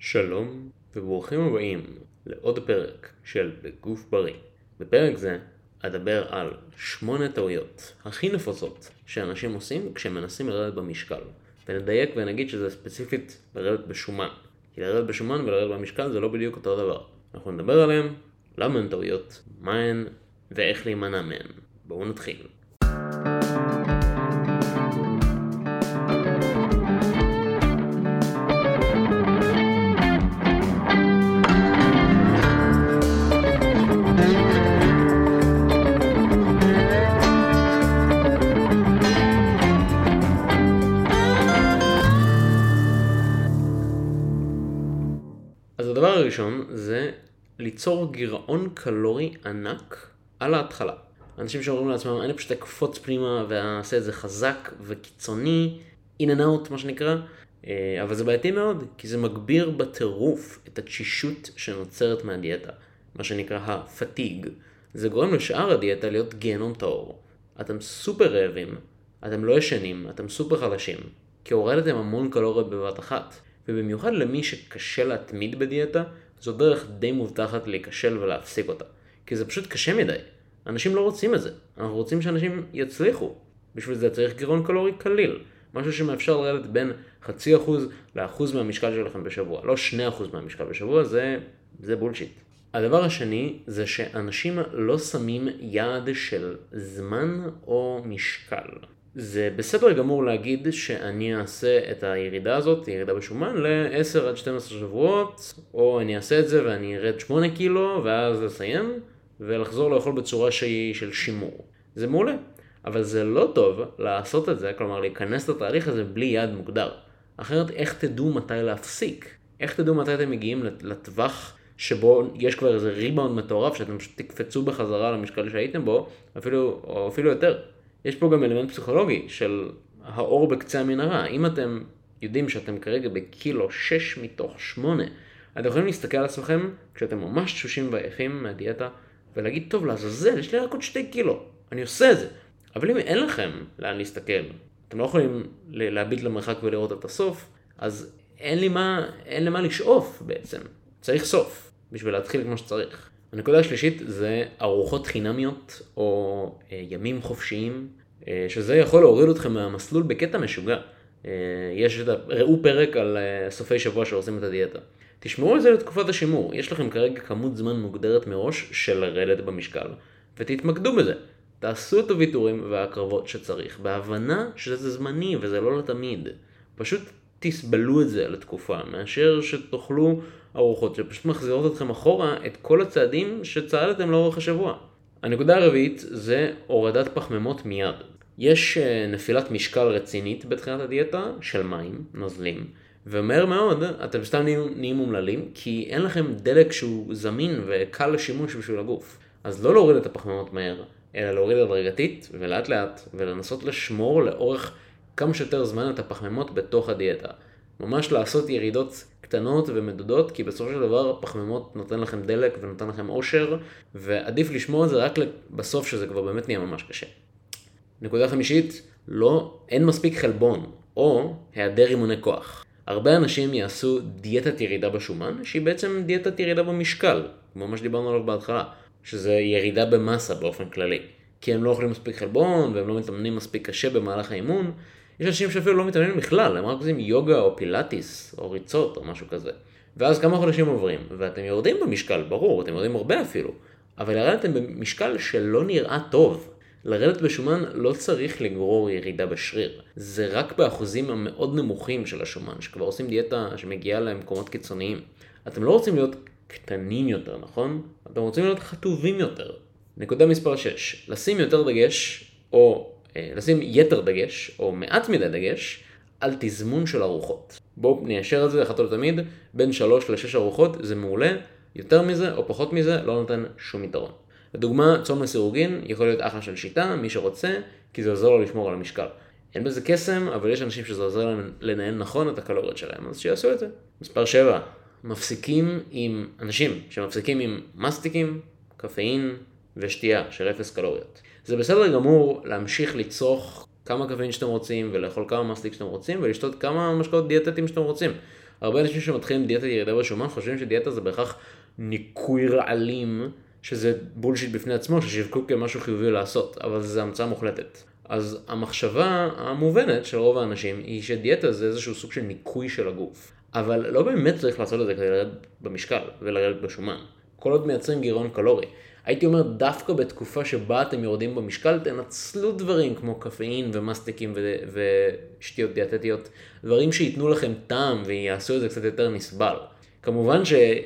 שלום וברוכים הבאים לעוד פרק של בגוף בריא. בפרק זה אדבר על 8 טעויות הכי נפוצות שאנשים עושים כשהם מנסים לרדת במשקל. ונדייק ונגיד שזה ספציפית לרדת בשומן. כי לרדת בשומן ולרדת במשקל זה לא בדיוק אותו דבר. אנחנו נדבר עליהם, למה הן טעויות, מה הן ואיך להימנע מהן. בואו נתחיל. אז הדבר הראשון זה ליצור גירעון קלורי ענק על ההתחלה. אנשים שאומרים לעצמם, אני פשוט אקפוץ פנימה ואעשה את זה חזק וקיצוני, in and out מה שנקרא, אבל זה בעייתי מאוד, כי זה מגביר בטירוף את התשישות שנוצרת מהדיאטה, מה שנקרא הפטיג. זה גורם לשאר הדיאטה להיות גיהנום טהור. אתם סופר רעבים, אתם לא ישנים, אתם סופר חלשים, כי הורדתם המון קלוריות בבת אחת. ובמיוחד למי שקשה להתמיד בדיאטה, זו דרך די מובטחת להיכשל ולהפסיק אותה. כי זה פשוט קשה מדי. אנשים לא רוצים את זה. אנחנו רוצים שאנשים יצליחו. בשביל זה צריך גירעון קלורי קליל. משהו שמאפשר לרדת בין 0.5% ל1% מהמשקל שלכם בשבוע. לא 2% מהמשקל בשבוע, זה בולשיט. הדבר השני זה שאנשים לא שמים יעד של זמן או משקל. זה בסדר גמור להגיד שאני אעשה את הירידה הזאת, ירידה בשומן, ל-10 עד 12 שבועות, או אני אעשה את זה ואני ארד 8 קילו, ואז לסיים, ולחזור לאכול בצורה שהיא של שימור. זה מעולה, אבל זה לא טוב לעשות את זה, כלומר להיכנס לתהליך הזה בלי יעד מוגדר. אחרת איך תדעו מתי להפסיק? איך תדעו מתי אתם מגיעים לטווח שבו יש כבר איזה ריבאונד מטורף, שאתם פשוט תקפצו בחזרה למשקל שהייתם בו, או אפילו יותר. יש פה גם אלמנט פסיכולוגי של האור בקצה המנהרה. אם אתם יודעים שאתם כרגע בקילו 6 מתוך 8, אתם יכולים להסתכל על עצמכם כשאתם ממש תשושים ועייפים מהדיאטה, ולהגיד, טוב, לעזאזל, יש לי רק עוד 2 קילו, אני עושה את זה. אבל אם אין לכם לאן להסתכל, אתם לא יכולים להביט למרחק ולראות את הסוף, אז אין למה לשאוף בעצם. צריך סוף בשביל להתחיל כמו שצריך. הנקודה השלישית זה ארוחות חינמיות או ימים חופשיים, שזה יכול להוריד אתכם מהמסלול בקטע משוגע. ראו פרק על סופי שבוע שעושים את הדיאטה. תשמעו על זה לתקופת השימור. יש לכם כרגע כמות זמן מוגדרת מראש של לרדת במשקל, ותתמקדו בזה. תעשו את הוויתורים וההקרבות שצריך, בהבנה שזה זמני וזה לא לתמיד. פשוט תסבלו את זה לתקופה, מאשר שתאכלו ארוחות שפשוט מחזירות אתכם אחורה את כל הצעדים שצעדתם לאורך השבוע. הנקודה הרביעית זה הורדת פחמימות מיד. יש נפילת משקל רצינית בתחילת הדיאטה של מים, נוזלים, ומהר מאוד אתם סתם נהיים מומללים, כי אין לכם דלק שהוא זמין וקל לשימוש בשביל הגוף. אז לא להוריד את הפחמימות מהר, אלא להוריד הדרגתית ולאט לאט, ולנסות לשמור לאורך כמה שיותר זמן את הפחמימות בתוך הדיאטה. ממש לעשות ירידות קטנות ומדודות, כי בסופו של דבר הפחמימות נותן לכם דלק ונותן לכם אושר, ועדיף לשמור את זה רק בסוף שזה כבר באמת נהיה ממש קשה. נקודה חמישית, אין מספיק חלבון, או היעדר אימוני כוח. הרבה אנשים יעשו דיאטת ירידה בשומן, שהיא בעצם דיאטת ירידה במשקל, כמו מה שדיברנו עליו בהתחלה, שזה ירידה במסה באופן כללי. כי הם לא אוכלים מספיק חלבון, והם לא מתאמנים מספיק קשה במהלך האימון. יש אנשים שאפילו לא מתאמנים בכלל, הם רק עושים יוגה או פילאטיס או ריצות או משהו כזה. ואז כמה חודשים עוברים, ואתם יורדים במשקל, ברור, אתם יורדים הרבה אפילו, אבל ירדתם במשקל שלא נראה טוב. לרדת בשומן לא צריך לגרור ירידה בשריר. זה רק באחוזים המאוד נמוכים של השומן, שכבר עושים דיאטה שמגיעה למקומות קיצוניים. אתם לא רוצים להיות קטנים יותר, נכון? אתם רוצים להיות חטובים יותר. נקודה מספר 6, לשים יתר דגש, או מעט מדי דגש, על תזמון של ארוחות. בואו ניישר את זה אחת ולתמיד, בין 3 ל-6 ארוחות זה מעולה, יותר מזה או פחות מזה לא נותן שום יתרון. לדוגמה, צום לסירוגין יכול להיות אחלה של שיטה, מי שרוצה, כי זה עוזר לו לשמור על המשקל. אין בזה קסם, אבל יש אנשים שזה עוזר להם לנהל נכון את הקלוריות שלהם, אז שיעשו את זה. מספר 7, אנשים שמפסיקים עם מסטיקים, קפאין ושתייה של 0 קלוריות. זה בסדר גמור להמשיך לצרוך כמה קפאין שאתם רוצים ולאכול כמה מסטיק שאתם רוצים ולשתות כמה משקאות דיאטטיים שאתם רוצים. הרבה אנשים שמתחילים דיאטת ירידה בשומן חושבים שדיאטה זה בהכרח ניקוי רעלים, שזה בולשיט בפני עצמו, ששיווקו כמשהו חיובי לעשות, אבל זה המצאה מוחלטת. אז המחשבה המובנת של רוב האנשים היא שדיאטה זה איזשהו סוג של ניקוי של הגוף. אבל לא באמת צריך לעשות את זה כדי לרדת במשקל ולרדת בשומן. כל עוד מייצרים גירעון קלורי. הייתי אומר דווקא בתקופה שבה אתם יורדים במשקל, תנצלו דברים כמו קפאין ומסטיקים ושתיות דיאטטיות, דברים שיתנו לכם טעם ויעשו את זה קצת יותר נסבל. כמובן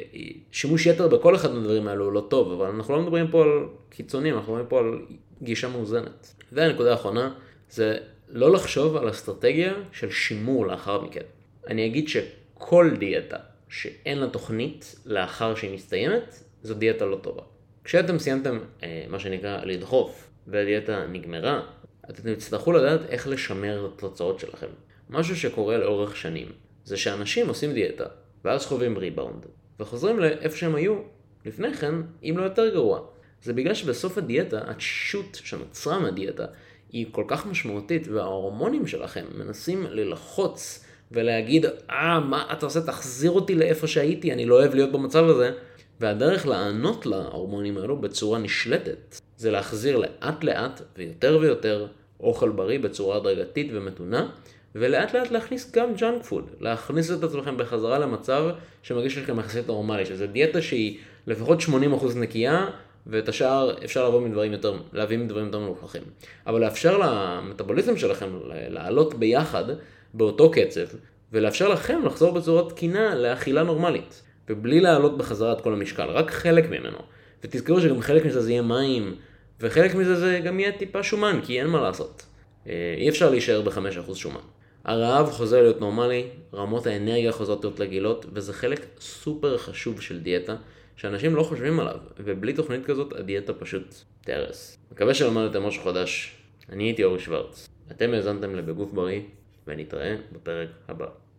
ששימוש יתר בכל אחד מהדברים האלו הוא לא טוב, אבל אנחנו לא מדברים פה על קיצונים, אנחנו מדברים פה על גישה מאוזנת. והנקודה האחרונה זה לא לחשוב על אסטרטגיה של שימור לאחר מכן. אני אגיד שכל דיאטה שאין לה תוכנית לאחר שהיא מסתיימת, זו דיאטה לא טובה. כשאתם סיימתם מה שנקרא לדחוף והדיאטה נגמרה, אתם תצטרכו לדעת איך לשמר את התוצאות שלכם. משהו שקורה לאורך שנים זה שאנשים עושים דיאטה ואז חווים ריבאונד וחוזרים לאיפה שהם היו לפני כן, אם לא יותר גרוע. זה בגלל שבסוף הדיאטה, התשישות שנוצרה מהדיאטה היא כל כך משמעותית, וההורמונים שלכם מנסים ללחוץ ולהגיד, מה אתה עושה? תחזיר אותי לאיפה שהייתי, אני לא אוהב להיות במצב הזה. והדרך לענות להורמונים האלו בצורה נשלטת, זה להחזיר לאט לאט ויותר ויותר אוכל בריא בצורה הדרגתית ומתונה, ולאט לאט להכניס גם ג'אנק פוד, להכניס את עצמכם בחזרה למצב שמגיש לכם יחסית נורמלי, שזה דיאטה שהיא לפחות 80% נקייה, ואת השאר אפשר להביא מדברים יותר מלוכלכים. אבל לאפשר למטאבוליזם שלכם לעלות ביחד באותו קצב, ולאפשר לכם לחזור בצורה תקינה לאכילה נורמלית, ובלי לעלות בחזרה את כל המשקל, רק חלק ממנו. ותזכרו שגם חלק מזה זה יהיה מים, וחלק מזה זה גם יהיה טיפה שומן, כי אין מה לעשות. אי אפשר להישאר ב5% שומן. הרעב חוזר להיות נורמלי, רמות האנרגיה חוזרות להיות רגילות, וזה חלק סופר חשוב של דיאטה, שאנשים לא חושבים עליו, ובלי תוכנית כזאת הדיאטה פשוט תהרס. מקווה שלמדתם משהו חדש. אני הייתי אורי שוורץ. אתם האזנתם לבגוף בריא, ונתראה בפרק הבא.